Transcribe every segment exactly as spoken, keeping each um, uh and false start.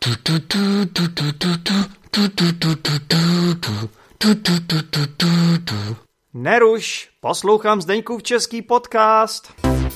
Neruš, poslouchám Zdeňkův český podcast.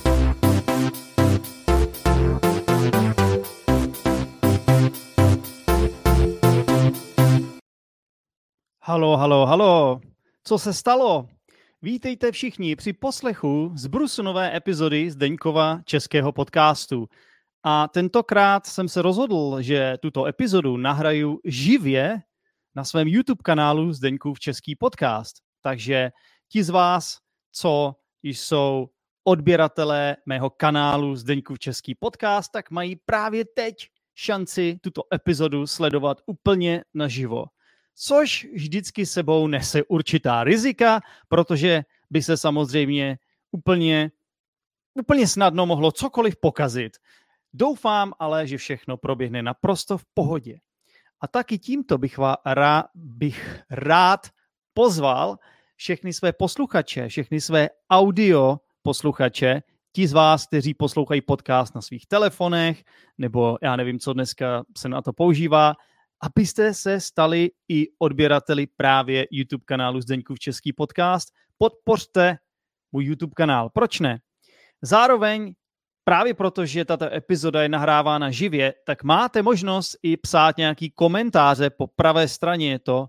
Halo, halo, halo. Co se stalo? Vítejte všichni při poslechu z brusu nové epizody Zdeňkova českého podcastu. A tentokrát jsem se rozhodl, že tuto epizodu nahraju živě na svém YouTube kanálu Zdeňkův český podcast. Takže ti z vás, co jsou odběratelé mého kanálu Zdeňkův český podcast, tak mají právě teď šanci tuto epizodu sledovat úplně naživo. Což vždycky sebou nese určitá rizika, protože by se samozřejmě úplně, úplně snadno mohlo cokoliv pokazit. Doufám ale, že všechno proběhne naprosto v pohodě. A taky tímto bych, vás rád, bych rád pozval všechny své posluchače, všechny své audio posluchače, ti z vás, kteří poslouchají podcast na svých telefonech, nebo já nevím, co dneska se na to používá, abyste se stali i odběrateli právě YouTube kanálu Zdeňkův český podcast. Podpořte můj YouTube kanál. Proč ne? Zároveň právě proto, že tato epizoda je nahrávána živě, tak máte možnost i psát nějaký komentáře. Po pravé straně je to,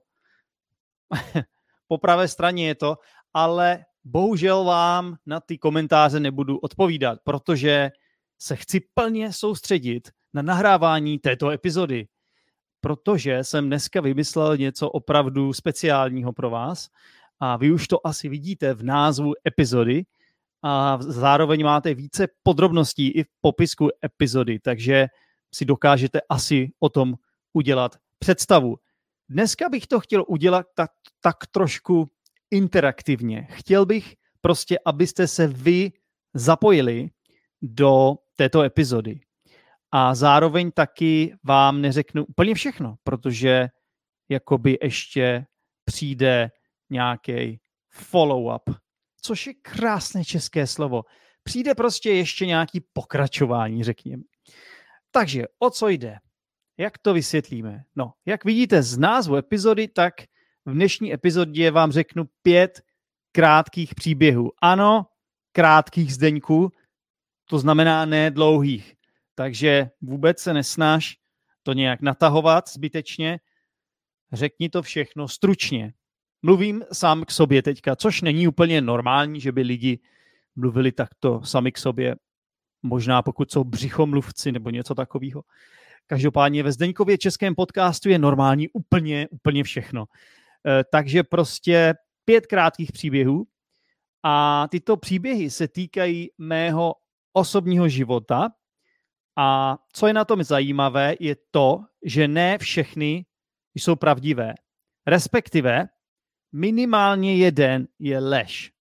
po pravé straně je to, ale bohužel vám na ty komentáře nebudu odpovídat, protože se chci plně soustředit na nahrávání této epizody. Protože jsem dneska vymyslel něco opravdu speciálního pro vás a vy už to asi vidíte v názvu epizody a zároveň máte více podrobností i v popisku epizody, takže si dokážete asi o tom udělat představu. Dneska bych to chtěl udělat tak, tak trošku interaktivně. Chtěl bych prostě, abyste se vy zapojili do této epizody. A zároveň taky vám neřeknu úplně všechno, protože jakoby ještě přijde nějaký follow-up, což je krásné české slovo. Přijde prostě ještě nějaký pokračování, řekněme. Takže o co jde? Jak to vysvětlíme? No, jak vidíte z názvu epizody, tak v dnešní epizodě vám řeknu pět krátkých příběhů. Ano, krátkých, Zdeňku, to znamená ne dlouhých. Takže vůbec se nesnaž to nějak natahovat zbytečně. Řekni to všechno stručně. Mluvím sám k sobě teďka, což není úplně normální, že by lidi mluvili takto sami k sobě. Možná pokud jsou břichomluvci nebo něco takového. Každopádně ve Zdeňkově českém podcastu je normální úplně, úplně všechno. E, takže prostě pět krátkých příběhů a tyto příběhy se týkají mého osobního života. A co je na tom zajímavé, je to, že ne všechny jsou pravdivé. Respektive minimálně jeden je lež.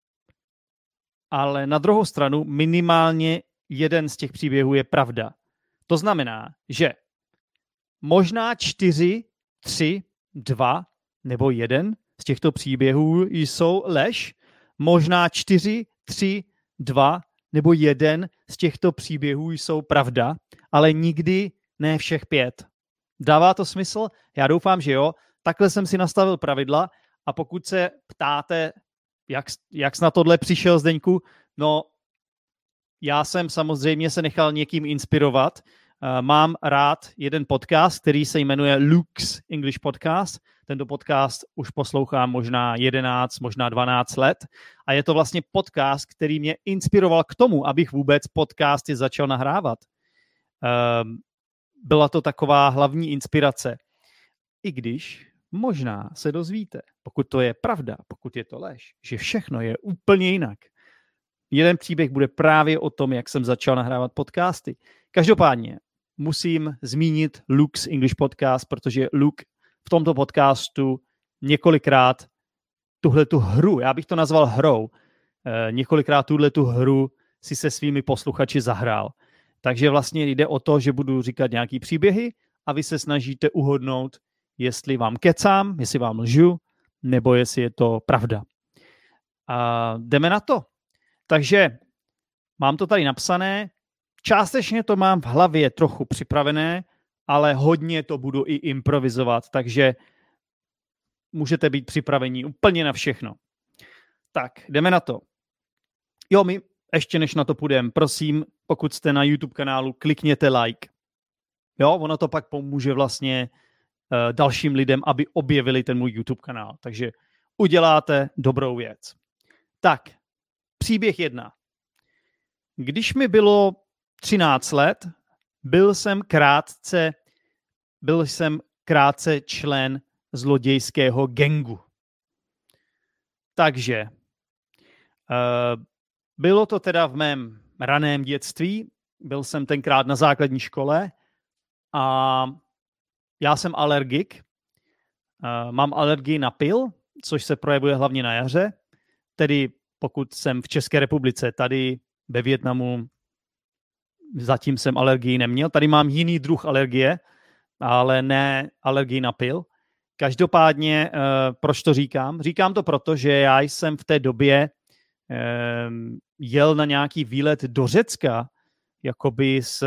Ale na druhou stranu minimálně jeden z těch příběhů je pravda. To znamená, že možná čtyři, tři, dva nebo jeden z těchto příběhů jsou lež. Možná čtyři, tři, dva nebo jeden z těchto příběhů jsou pravda, ale nikdy ne všech pět. Dává to smysl? Já doufám, že jo. Takhle jsem si nastavil pravidla a pokud se ptáte, jak, jak jsi na tohle přišel, Zdeňku, no já jsem samozřejmě se nechal někým inspirovat. Mám rád jeden podcast, který se jmenuje Luke's English Podcast. Tento podcast už poslouchám možná jedenáct, možná dvanáct let a je to vlastně podcast, který mě inspiroval k tomu, abych vůbec podcasty začal nahrávat. Byla to taková hlavní inspirace. I když možná se dozvíte, pokud to je pravda, pokud je to lež, že všechno je úplně jinak. Jeden příběh bude právě o tom, jak jsem začal nahrávat podcasty. Každopádně musím zmínit Luke's English Podcast, protože Luke v tomto podcastu několikrát tuhletu hru, já bych to nazval hrou, eh, několikrát tuhletu hru si se svými posluchači zahrál. Takže vlastně jde o to, že budu říkat nějaký příběhy a vy se snažíte uhodnout, jestli vám kecám, jestli vám lžu, nebo jestli je to pravda. A jdeme na to. Takže mám to tady napsané, částečně to mám v hlavě trochu připravené, ale hodně to budu i improvizovat, takže můžete být připraveni úplně na všechno. Tak, jdeme na to. Jo, my ještě než na to půjdeme, prosím, pokud jste na YouTube kanálu, klikněte like. Jo, ono to pak pomůže vlastně uh, dalším lidem, aby objevili ten můj YouTube kanál. Takže uděláte dobrou věc. Tak, příběh jedna. Když mi bylo třináct let, byl jsem krátce, byl jsem krátce člen zlodějského gangu. Takže uh, bylo to teda v mém raném dětství, byl jsem tenkrát na základní škole a já jsem alergik, uh, mám alergii na pyl, což se projevuje hlavně na jaře, tedy pokud jsem v České republice, tady ve Vietnamu zatím jsem alergii neměl, tady mám jiný druh alergie, ale ne alergii na pyl. Každopádně, uh, proč to říkám? Říkám to proto, že já jsem v té době um, jel na nějaký výlet do Řecka, jakoby z,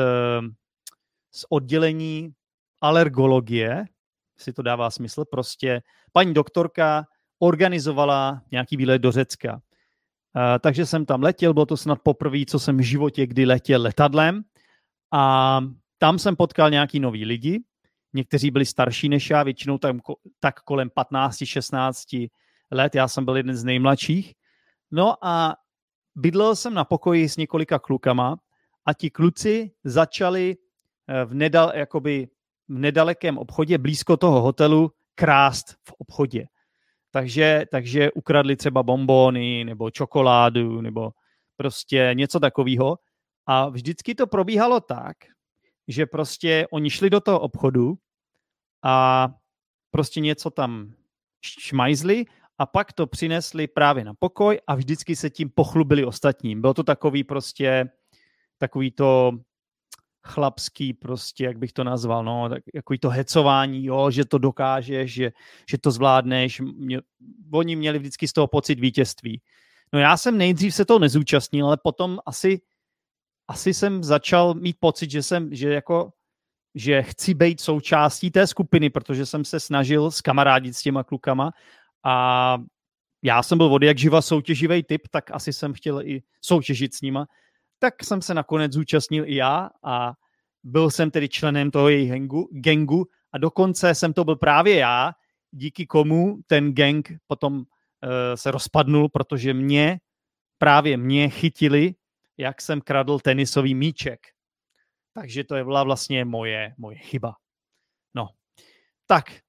z oddělení alergologie, si to dává smysl, prostě paní doktorka organizovala nějaký výlet do Řecka. Uh, takže jsem tam letěl, bylo to snad poprvé, co jsem v životě kdy letěl letadlem a tam jsem potkal nějaký nový lidi. Někteří byli starší než já, většinou tam tak kolem patnáct šestnáct let, já jsem byl jeden z nejmladších. No a bydlel jsem na pokoji s několika klukama a ti kluci začali v, nedal, jakoby v nedalekém obchodě, blízko toho hotelu, krást v obchodě. Takže, takže ukradli třeba bonbony nebo čokoládu nebo prostě něco takového. A vždycky to probíhalo tak, že prostě oni šli do toho obchodu a prostě něco tam šmajzli a pak to přinesli právě na pokoj a vždycky se tím pochlubili ostatním. Bylo to takový prostě, takový to chlapský prostě, jak bych to nazval, no, takový to hecování, jo, že to dokážeš, že, že to zvládneš. Mě, oni měli vždycky z toho pocit vítězství. No já jsem nejdřív se toho nezúčastnil, ale potom asi Asi jsem začal mít pocit, že jsem, že jako, že chci být součástí té skupiny, protože jsem se snažil skamarádit s těma klukama a já jsem byl od jak živa soutěživý typ, tak asi jsem chtěl i soutěžit s nima. Tak jsem se nakonec zúčastnil i já a byl jsem tedy členem toho jejich gangu, gangu a dokonce jsem to byl právě já, díky komu ten gang potom uh, se rozpadnul, protože mě, právě mě chytili, jak jsem kradl tenisový míček. Takže to je byla vlastně moje, moje chyba. No, tak.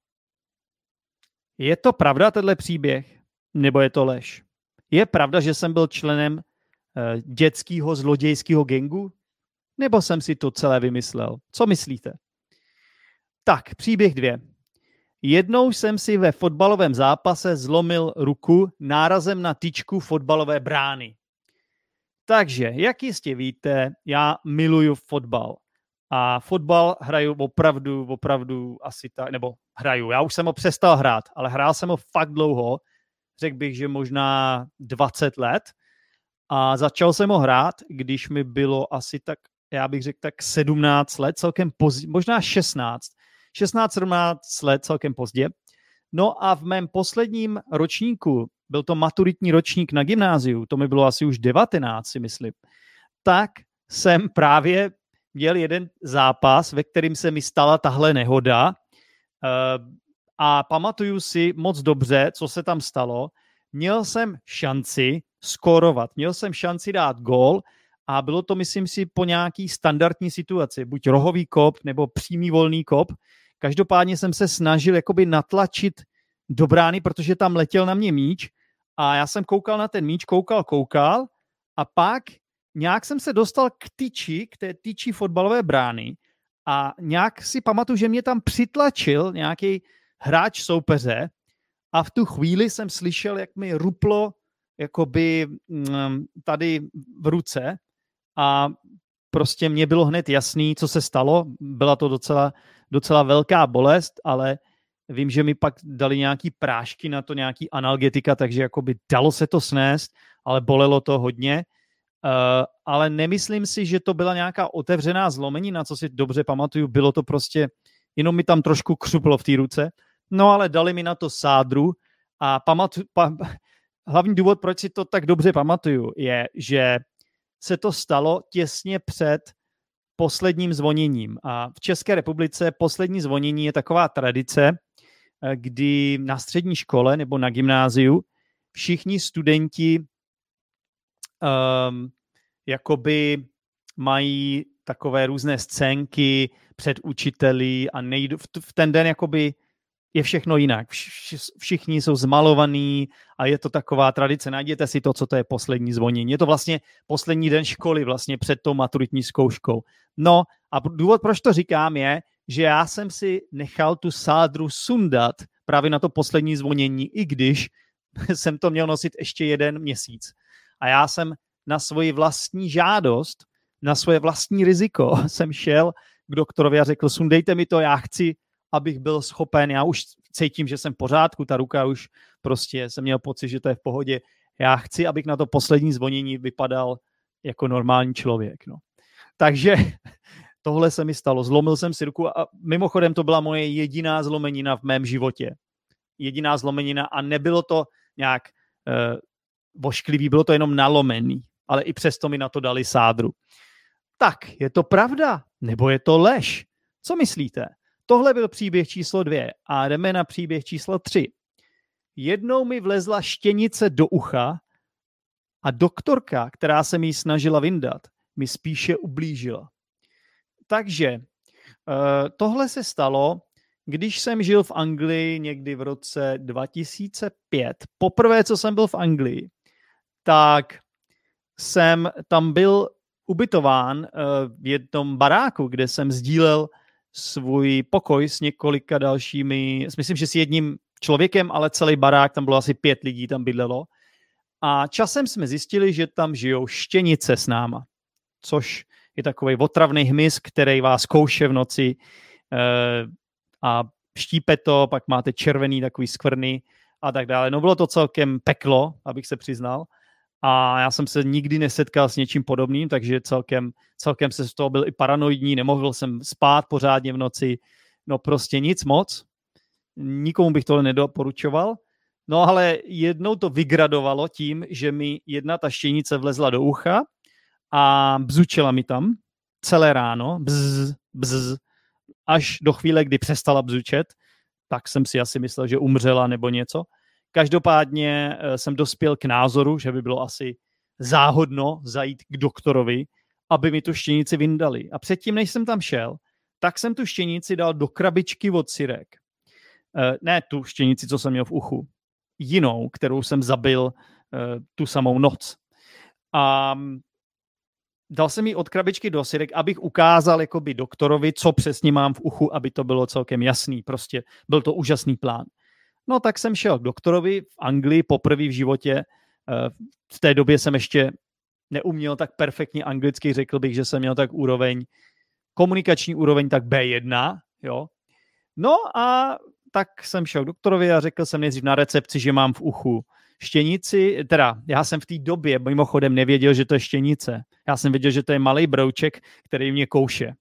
Je to pravda, tenhle příběh? Nebo je to lež? Je pravda, že jsem byl členem uh, dětského zlodějského gangu? Nebo jsem si to celé vymyslel? Co myslíte? Tak, příběh dvě. Jednou jsem si ve fotbalovém zápase zlomil ruku nárazem na tyčku fotbalové brány. Takže, jak jistě víte, já miluju fotbal. A fotbal hraju opravdu, opravdu asi tak, nebo hraju. Já už jsem ho přestal hrát, ale hrál jsem ho fakt dlouho. Řekl bych, že možná dvacet let. A začal jsem ho hrát, když mi bylo asi tak, já bych řekl tak sedmnáct let, celkem pozdě, možná šestnáct. šestnáct sedmnáct let, celkem pozdě. No a v mém posledním ročníku, byl to maturitní ročník na gymnáziu, to mi bylo asi už devatenáct, si myslím, tak jsem právě měl jeden zápas, ve kterým se mi stala tahle nehoda a pamatuju si moc dobře, co se tam stalo. Měl jsem šanci skórovat, měl jsem šanci dát gól a bylo to, myslím si, po nějaký standardní situaci, buď rohový kop nebo přímý volný kop. Každopádně jsem se snažil jakoby natlačit do brány, protože tam letěl na mě míč a já jsem koukal na ten míč, koukal, koukal a pak nějak jsem se dostal k tyči, k té tyči fotbalové brány a nějak si pamatuju, že mě tam přitlačil nějaký hráč soupeře a v tu chvíli jsem slyšel, jak mi ruplo jakoby tady v ruce a prostě mě bylo hned jasný, co se stalo. Byla to docela, docela velká bolest, ale vím, že mi pak dali nějaký prášky na to, nějaký analgetika, takže jakoby dalo se to snést, ale bolelo to hodně. ale nemyslím si, že to byla nějaká otevřená zlomenina, co si dobře pamatuju, bylo to prostě, jenom mi tam trošku křuplo v té ruce, no ale dali mi na to sádru a pamatuju, pa, hlavní důvod, proč si to tak dobře pamatuju, je, že se to stalo těsně před posledním zvoněním. A v České republice poslední zvonění je taková tradice, kdy na střední škole nebo na gymnáziu všichni studenti um, jakoby mají takové různé scénky před učiteli a nejdu, v ten den jakoby je všechno jinak. Všichni jsou zmalovaní a je to taková tradice. Najděte si to, co to je poslední zvonění. Je to vlastně poslední den školy vlastně před tou maturitní zkouškou. No a důvod, proč to říkám, je, že já jsem si nechal tu sádru sundat právě na to poslední zvonění, i když jsem to měl nosit ještě jeden měsíc. A já jsem na svoji vlastní žádost, na svoje vlastní riziko jsem šel k doktorovi a řekl, sundejte mi to, já chci, abych byl schopen, já už cítím, že jsem v pořádku, ta ruka už prostě jsem měl pocit, že to je v pohodě. Já chci, abych na to poslední zvonění vypadal jako normální člověk. No. Takže tohle se mi stalo. Zlomil jsem si ruku a mimochodem to byla moje jediná zlomenina v mém životě. Jediná zlomenina a nebylo to nějak uh, vošklivý, bylo to jenom nalomený, ale i přesto mi na to dali sádru. Tak, je to pravda? Nebo je to lež? Co myslíte? Tohle byl příběh číslo dvě a jdeme na příběh číslo tři. Jednou mi vlezla štěnice do ucha a doktorka, která se mi ji snažila vyndat, mi spíše ublížila. Takže tohle se stalo, když jsem žil v Anglii někdy v roce dva tisíce pět. Poprvé, co jsem byl v Anglii, tak jsem tam byl ubytován v jednom baráku, kde jsem sdílel svůj pokoj s několika dalšími, myslím, že s jedním člověkem, ale celý barák, tam bylo asi pět lidí, tam bydlelo. A časem jsme zjistili, že tam žijou štěnice s náma, což je takový otravný hmyz, který vás kouše v noci eh, a štípe to, pak máte červený takový skvrny a tak dále. No bylo to celkem peklo, abych se přiznal. A já jsem se nikdy nesetkal s něčím podobným, takže celkem, celkem se z toho byl i paranoidní, nemohl jsem spát pořádně v noci, no prostě nic moc. Nikomu bych tohle nedoporučoval. No ale jednou to vygradovalo tím, že mi jedna ta štěnice vlezla do ucha a bzučela mi tam celé ráno, bzz, bzz, až do chvíle, kdy přestala bzučet, tak jsem si asi myslel, že umřela nebo něco. Každopádně jsem dospěl k názoru, že by bylo asi záhodno zajít k doktorovi, aby mi tu štěnici vyndali. A předtím, než jsem tam šel, tak jsem tu štěnici dal do krabičky od syrek. Ne tu štěnici, co jsem měl v uchu. Jinou, kterou jsem zabil tu samou noc. A dal jsem ji od krabičky do syrek, abych ukázal jakoby doktorovi, co přesně mám v uchu, aby to bylo celkem jasný. Prostě byl to úžasný plán. No tak jsem šel k doktorovi v Anglii poprvé v životě. V té době jsem ještě neuměl tak perfektně anglicky, řekl bych, že jsem měl tak úroveň, komunikační úroveň tak bé jedna, jo. No a tak jsem šel k doktorovi a řekl jsem nejdřív na recepci, že mám v uchu štěnici, teda já jsem v té době mimochodem nevěděl, že to je štěnice. Já jsem věděl, že to je malý brouček, který mě kouše.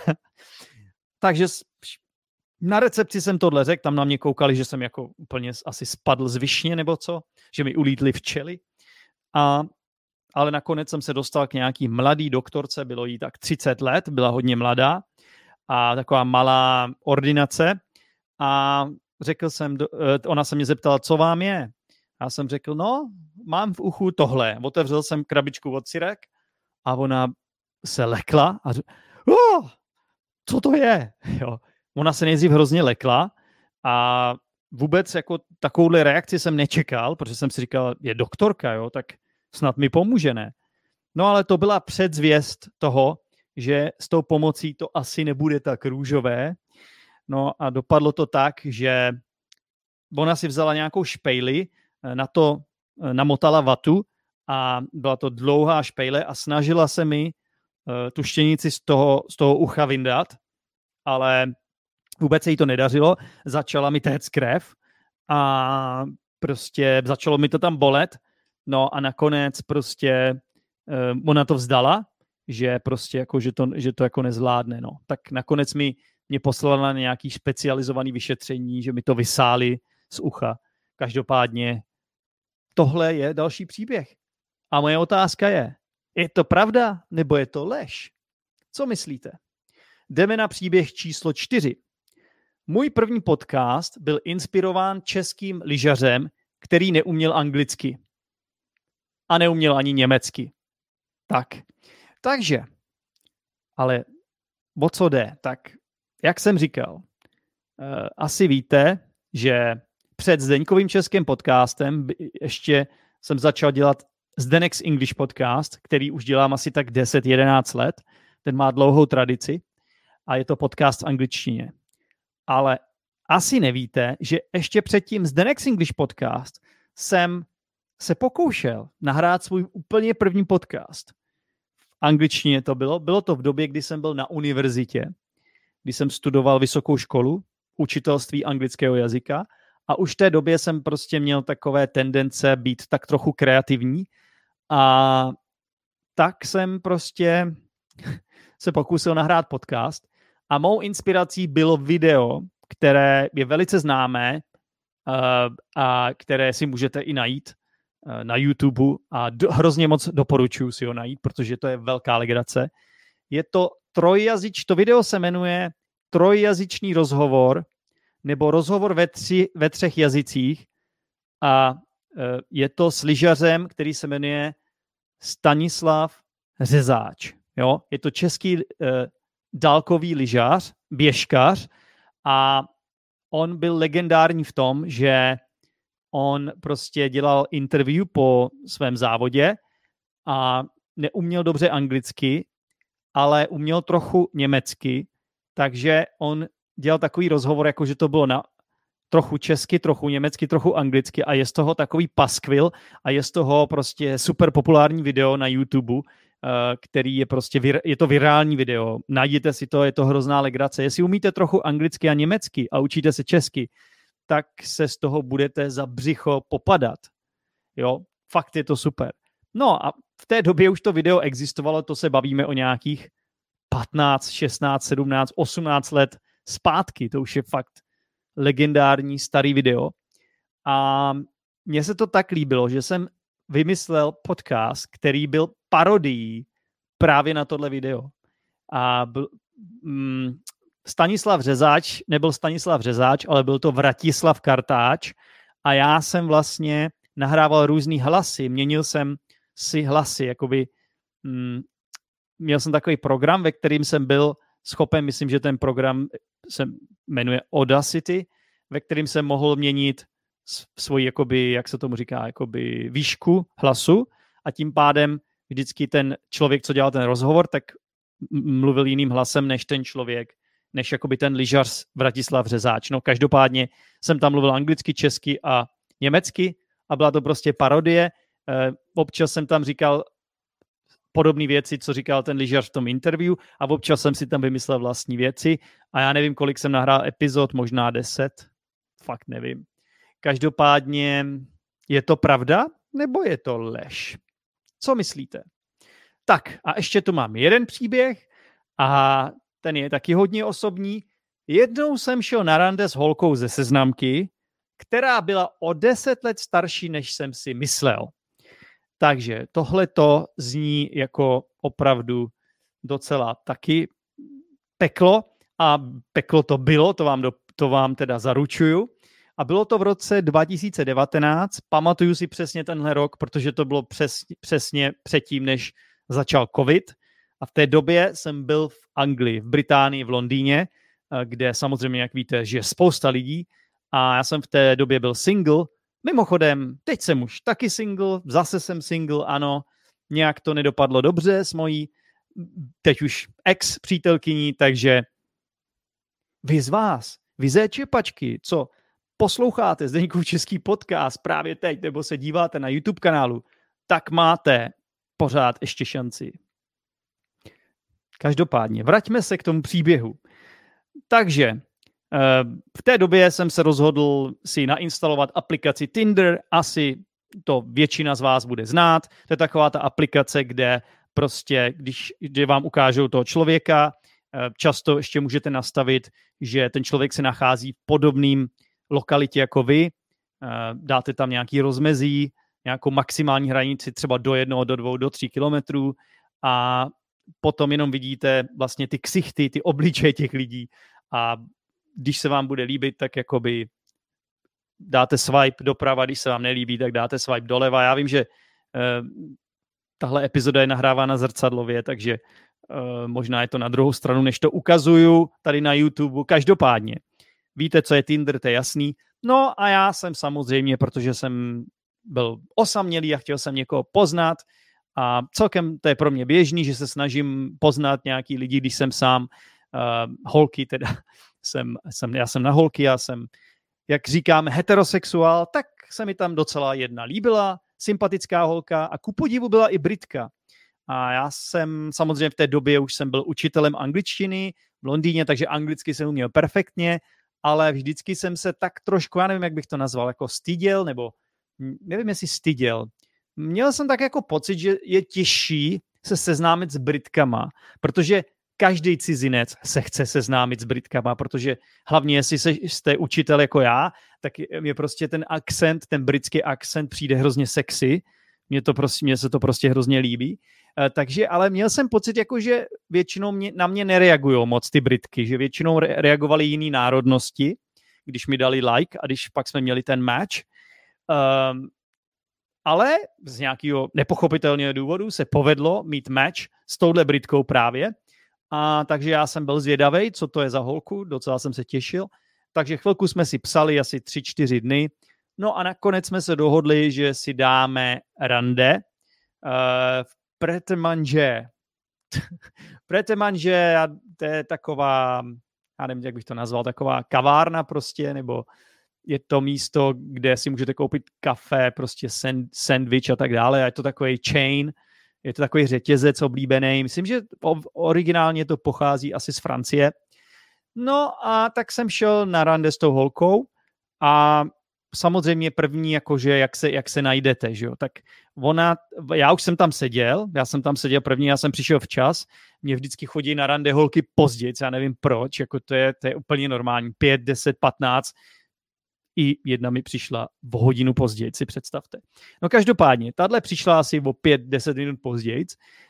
Takže na recepci jsem tohle řekl, tam na mě koukali, že jsem jako úplně asi spadl z višně nebo co, že mi ulítly včely. A, ale nakonec jsem se dostal k nějaký mladý doktorce, bylo jí tak třicet let, byla hodně mladá a taková malá ordinace. A řekl jsem, ona se mě zeptala, co vám je? Já jsem řekl, no, mám v uchu tohle. Otevřel jsem krabičku od syrek a ona se lekla a řekl, oh, co to je? Jo. Ona se nejdřív hrozně lekla a vůbec jako takovouhle reakci jsem nečekal, protože jsem si říkal, je doktorka, jo, tak snad mi pomůže, ne? No ale to byla předzvěst toho, že s tou pomocí to asi nebude tak růžové. No a dopadlo to tak, že ona si vzala nějakou špejli, na to namotala vatu a byla to dlouhá špejle a snažila se mi tu štěnici z toho, z toho ucha vyndat, ale vůbec se jí to nedařilo. Začala mi téct krev a prostě začalo mi to tam bolet. No a nakonec prostě ona to vzdala, že prostě jako, že to, že to jako nezvládne. No. Tak nakonec mi mě poslala na nějaký specializovaný vyšetření, že mi to vysáli z ucha. Každopádně tohle je další příběh. A moje otázka je, je to pravda nebo je to lež? Co myslíte? Jdeme na příběh číslo čtyři. Můj první podcast byl inspirován českým lyžařem, který neuměl anglicky. A neuměl ani německy. Tak. Takže, ale o co jde? Tak, jak jsem říkal, asi víte, že před Zdeňkovým českým podcastem ještě jsem začal dělat Zdenek's English podcast, který už dělám asi tak deset jedenáct let. Ten má dlouhou tradici a je to podcast v angličtině. Ale asi nevíte, že ještě předtím Zdenek's English podcast jsem se pokoušel nahrát svůj úplně první podcast. V angličtině to bylo. Bylo to v době, kdy jsem byl na univerzitě, kdy jsem studoval vysokou školu, učitelství anglického jazyka a už v té době jsem prostě měl takové tendence být tak trochu kreativní a tak jsem prostě se pokusil nahrát podcast a mou inspirací bylo video, které je velice známé uh, a které si můžete i najít uh, na YouTube a do, hrozně moc doporučuji si ho najít, protože to je velká legrace. Je to trojjazyč, to video se jmenuje Trojjazyčný rozhovor nebo rozhovor ve, tři, ve třech jazycích a uh, je to s lyžařem, který se jmenuje Stanislav Řezáč. Jo? Je to český uh, dálkový lyžař, běžkař a on byl legendární v tom, že on prostě dělal interview po svém závodě a neuměl dobře anglicky, ale uměl trochu německy, takže on dělal takový rozhovor, jako že to bylo na trochu česky, trochu německy, trochu anglicky a je z toho takový paskvil a je z toho prostě super populární video na YouTube, který je prostě, vir, je to virální video. Najděte si to, je to hrozná legrace. Jestli umíte trochu anglicky a německy a učíte se česky, tak se z toho budete za břicho popadat. Jo, fakt je to super. No a v té době už to video existovalo, to se bavíme o nějakých patnáct, šestnáct, sedmnáct, osmnáct let zpátky. To už je fakt legendární starý video. A mně se to tak líbilo, že jsem vymyslel podcast, který byl parodií právě na tohle video. A byl, mm, Stanislav Řezáč nebyl Stanislav Řezáč, ale byl to Vratislav Kartáč a já jsem vlastně nahrával různý hlasy, měnil jsem si hlasy, jakoby mm, měl jsem takový program, ve kterým jsem byl schopen, myslím, že ten program se jmenuje Audacity, ve kterým jsem mohl měnit svoji, jakoby, jak se tomu říká, jakoby výšku hlasu a tím pádem vždycky ten člověk, co dělal ten rozhovor, tak mluvil jiným hlasem než ten člověk, než jakoby ten lyžař Vratislav Řezáč. No každopádně jsem tam mluvil anglicky, česky a německy a byla to prostě parodie. E, občas jsem tam říkal podobné věci, co říkal ten lyžař v tom interview a občas jsem si tam vymyslel vlastní věci a já nevím, kolik jsem nahrál epizod, možná deset, fakt nevím. Každopádně je to pravda nebo je to lež? Co myslíte? Tak a ještě tu mám jeden příběh a ten je taky hodně osobní. Jednou jsem šel na rande s holkou ze Seznamky, která byla o deset let starší, než jsem si myslel. Takže tohleto zní jako opravdu docela taky peklo a peklo to bylo, to vám, do, to vám teda zaručuju. A bylo to v roce dva tisíce devatenáct, pamatuju si přesně tenhle rok, protože to bylo přes, přesně předtím, než začal covid. A v té době jsem byl v Anglii, v Británii, v Londýně, kde samozřejmě, jak víte, žije spousta lidí. A já jsem v té době byl single. Mimochodem, teď jsem už taky single, zase jsem single, ano. Nějak to nedopadlo dobře s mojí, teď už ex-přítelkyní, takže vy z vás, vy zé čepačky, co posloucháte Zdeňkův český podcast právě teď, nebo se díváte na YouTube kanálu, tak máte pořád ještě šanci. Každopádně, vraťme se k tomu příběhu. Takže v té době jsem se rozhodl si nainstalovat aplikaci Tinder, asi to většina z vás bude znát. To je taková ta aplikace, kde prostě, když kde vám ukážou toho člověka, často ještě můžete nastavit, že ten člověk se nachází v podobném lokalitě jako vy, dáte tam nějaký rozmezí, nějakou maximální hranici třeba do jednoho, do dvou, do tří kilometrů a potom jenom vidíte vlastně ty ksichty, ty obličeje těch lidí a když se vám bude líbit, tak jakoby dáte swipe doprava, když se vám nelíbí, tak dáte swipe doleva. Já vím, že eh, tahle epizoda je nahrávána zrcadlově, takže eh, možná je to na druhou stranu, než to ukazuju tady na YouTube. Každopádně, víte, co je Tinder, to je jasný. No a já jsem samozřejmě, protože jsem byl osamělý a chtěl jsem někoho poznat a celkem to je pro mě běžný, že se snažím poznat nějaký lidi, když jsem sám uh, holky, teda jsem, jsem, já jsem na holky, já jsem, jak říkáme, heterosexuál, tak se mi tam docela jedna líbila, sympatická holka a ku podivu byla i Britka. A já jsem samozřejmě v té době už jsem byl učitelem angličtiny v Londýně, takže anglicky jsem uměl perfektně, ale vždycky jsem se tak trošku, já nevím, jak bych to nazval, jako styděl, nebo nevím, jestli styděl. Měl jsem tak jako pocit, že je těžší se seznámit s Britkama, protože každý cizinec se chce seznámit s Britkama, protože hlavně jestli jste učitel jako já, tak je prostě ten akcent, ten britský akcent přijde hrozně sexy. Mně, to prostě, mně se to prostě hrozně líbí. Takže, ale měl jsem pocit, jako, že většinou mě, na mě nereagují moc ty Britky, že většinou re- reagovaly jiný národnosti, když mi dali like a když pak jsme měli ten match. Um, ale z nějakého nepochopitelného důvodu se povedlo mít match s touhle Britkou právě. A takže já jsem byl zvědavej, co to je za holku, docela jsem se těšil. Takže chvilku jsme si psali, asi tři, čtyři dny. No a nakonec jsme se dohodli, že si dáme rande uh, v Pret-a-Manger. Pret-a-Manger, to je taková, já nevím, jak bych to nazval, taková kavárna prostě, nebo je to místo, kde si můžete koupit kafe, prostě sand, sandwich a tak dále. A je to takový chain, je to takový řetězec oblíbený. Myslím, že originálně to pochází asi z Francie. No a tak jsem šel na rande s tou holkou a samozřejmě první, jakože jak se, jak se najdete, že jo, tak ona, já už jsem tam seděl, já jsem tam seděl první, já jsem přišel včas, mě vždycky chodí na rande holky později, já nevím proč, jako to je, to je úplně normální, pět, deset, patnáct, i jedna mi přišla v hodinu později, si představte. No každopádně, tahle přišla asi o pět, deset minut později,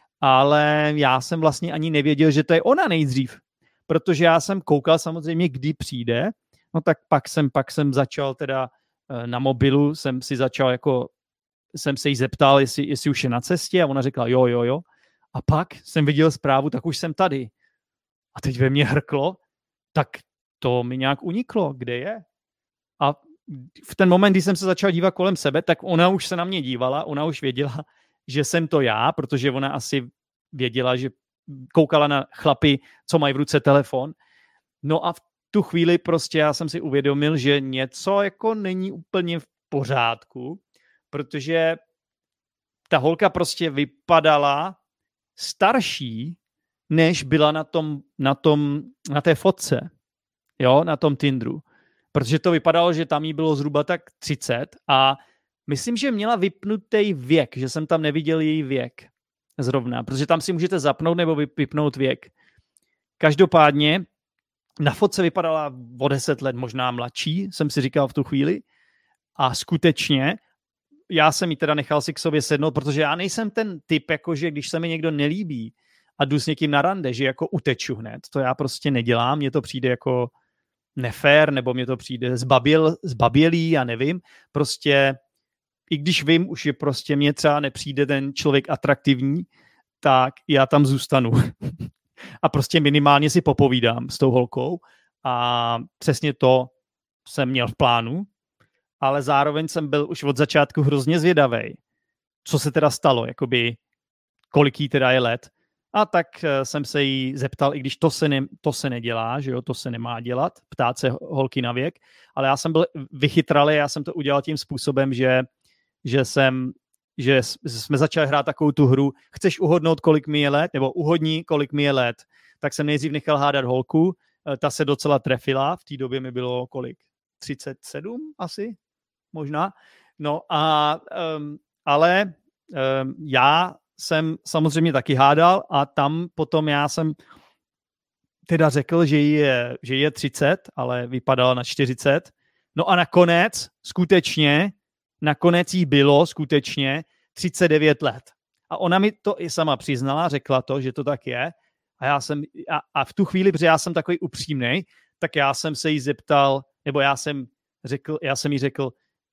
ale já jsem vlastně ani nevěděl, že to je ona nejdřív, protože já jsem koukal samozřejmě, kdy přijde, no tak pak jsem, pak jsem začal teda na mobilu, jsem si začal jako, jsem se jí zeptal, jestli, jestli už je na cestě a ona řekla jo, jo, jo. A pak jsem viděl zprávu, tak už jsem tady. A teď ve mně hrklo, tak to mi nějak uniklo, kde je. A v ten moment, kdy jsem se začal dívat kolem sebe, tak ona už se na mě dívala, ona už věděla, že jsem to já, protože ona asi věděla, že koukala na chlapy, co mají v ruce telefon. No a v tu chvíli prostě já jsem si uvědomil, že něco jako není úplně v pořádku, protože ta holka prostě vypadala starší, než byla na tom, na tom, na té fotce, jo, na tom Tinderu. Protože to vypadalo, že tam jí bylo zhruba tak třicet a myslím, že měla vypnutý věk, že jsem tam neviděl její věk zrovna, protože tam si můžete zapnout nebo vypnout věk. Každopádně na fotce vypadala o deset let možná mladší, jsem si říkal v tu chvíli. A skutečně, já jsem ji teda nechal si k sobě sednout, protože já nejsem ten typ, jakože když se mi někdo nelíbí a jdu s někým na rande, že jako uteču hned. To já prostě nedělám, mně to přijde jako nefér, nebo mně to přijde zbaběl, zbabělý, já nevím. Prostě, i když vím už, že prostě mně třeba nepřijde ten člověk atraktivní, tak já tam zůstanu. A prostě minimálně si popovídám s tou holkou a přesně to jsem měl v plánu, ale zároveň jsem byl už od začátku hrozně zvědavej, co se teda stalo, jakoby kolik jí teda je let. A tak jsem se jí zeptal, i když to se, ne, to se nedělá, že jo, to se nemá dělat, ptát se holky na věk, ale já jsem byl vychytralý, já jsem to udělal tím způsobem, že, že jsem že jsme začali hrát takovou tu hru, chceš uhodnout, kolik mi je let, nebo uhodni, kolik mi je let. Tak jsem nejdřív nechal hádat holku, ta se docela trefila, v té době mi bylo kolik? třicet sedm asi? Možná. No a, um, ale um, já jsem samozřejmě taky hádal a tam potom já jsem teda řekl, že je, že je třicet, ale vypadala na čtyřicet. No a nakonec, skutečně, nakonec jí bylo skutečně třicet devět let. A ona mi to i sama přiznala, řekla to, že to tak je. A já jsem, a, a v tu chvíli, protože já jsem takový upřímnej, tak já jsem se jí zeptal, nebo já jsem řekl, já jsem jí řekl,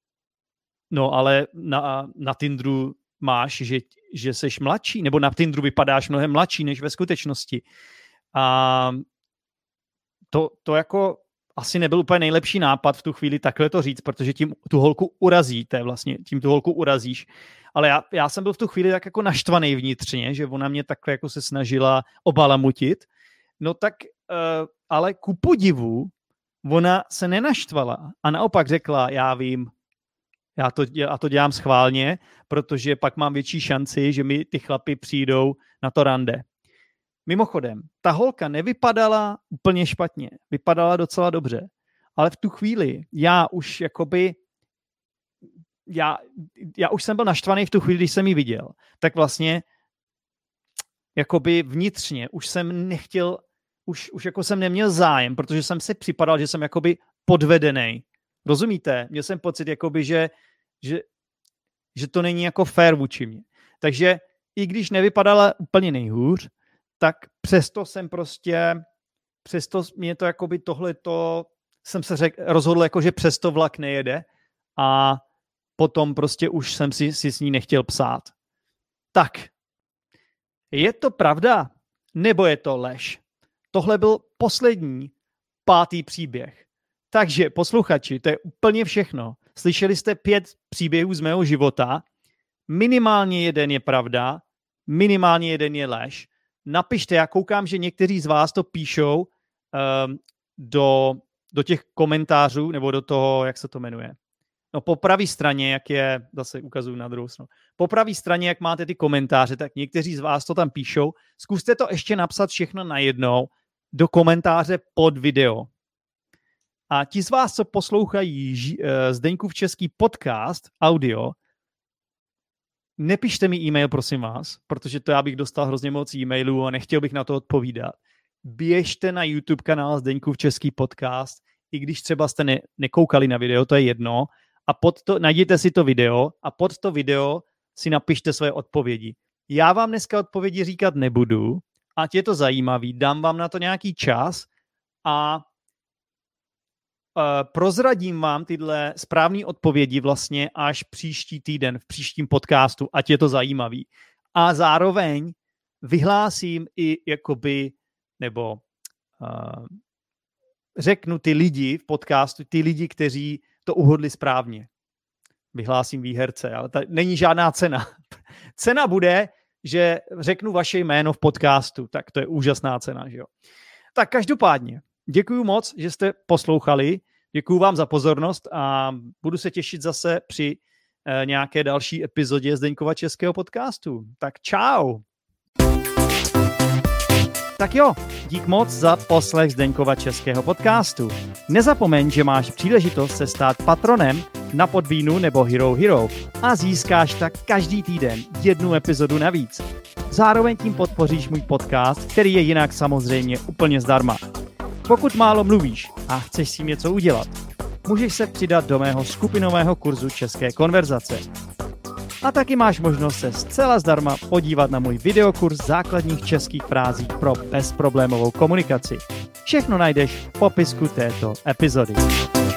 no ale na, na Tinderu máš, že, že seš mladší, nebo na Tinderu vypadáš mnohem mladší, než ve skutečnosti. A to, to jako asi nebyl úplně nejlepší nápad v tu chvíli takhle to říct, protože tím tu holku urazíte vlastně, tím tu holku urazíš. Ale já, já jsem byl v tu chvíli tak jako naštvaný vnitřně, že ona mě takhle jako se snažila obalamutit. No tak, uh, ale ku podivu, ona se nenaštvala a naopak řekla, já vím, já to, já to dělám schválně, protože pak mám větší šanci, že mi ty chlapi přijdou na to rande. Mimochodem, ta holka nevypadala úplně špatně, vypadala docela dobře, ale v tu chvíli já už jakoby, já, já už jsem byl naštvaný v tu chvíli, když jsem ji viděl, tak vlastně jakoby vnitřně už jsem nechtěl, už, už jako jsem neměl zájem, protože jsem si připadal, že jsem jakoby podvedený. Rozumíte? Měl jsem pocit, jakoby, že, že, že to není jako fair vůči mě. Takže i když nevypadala úplně nejhůř, tak přesto jsem prostě, přesto mě to jakoby tohleto, jsem se řek, rozhodl, jako, že přesto vlak nejede a potom prostě už jsem si, si s ní nechtěl psát. Tak, je to pravda, nebo je to lež? Tohle byl poslední, pátý příběh. Takže posluchači, to je úplně všechno. Slyšeli jste pět příběhů z mého života, minimálně jeden je pravda, minimálně jeden je lež. Napište, já koukám, že někteří z vás to píšou um, do, do těch komentářů, nebo do toho, jak se to jmenuje. No po pravé straně, jak je, zase ukazuju na druhou stranu, po pravé straně, jak máte ty komentáře, tak někteří z vás to tam píšou. Zkuste to ještě napsat všechno najednou do komentáře pod video. A ti z vás, co poslouchají uh, Zdeňkův český podcast, audio, nepište mi e-mail, prosím vás, protože to já bych dostal hrozně moc e-mailů a nechtěl bych na to odpovídat. Běžte na YouTube kanál Zdeňkův český podcast, i když třeba jste ne, nekoukali na video, to je jedno, a pod to, najděte si to video a pod to video si napište své odpovědi. Já vám dneska odpovědi říkat nebudu, ať je to zajímavý, dám vám na to nějaký čas a Uh, prozradím vám tyhle správné odpovědi vlastně až příští týden v příštím podcastu, ať je to zajímavý. A zároveň vyhlásím i jakoby, nebo uh, řeknu ty lidi v podcastu, ty lidi, kteří to uhodli správně. Vyhlásím výherce, ale tady není žádná cena. Cena bude, že řeknu vaše jméno v podcastu, tak to je úžasná cena, že jo. Tak každopádně, děkuju moc, že jste poslouchali, děkuju vám za pozornost a budu se těšit zase při eh, nějaké další epizodě Zdeňkova českého podcastu. Tak čau! Tak jo, dík moc za poslech Zdeňkova českého podcastu. Nezapomeň, že máš příležitost se stát patronem na Podbeanu nebo Hero Hero a získáš tak každý týden jednu epizodu navíc. Zároveň tím podpoříš můj podcast, který je jinak samozřejmě úplně zdarma. Pokud málo mluvíš a chceš s tím něco udělat, můžeš se přidat do mého skupinového kurzu české konverzace. A taky máš možnost se zcela zdarma podívat na můj videokurs základních českých frází pro bezproblémovou komunikaci. Všechno najdeš v popisku této epizody.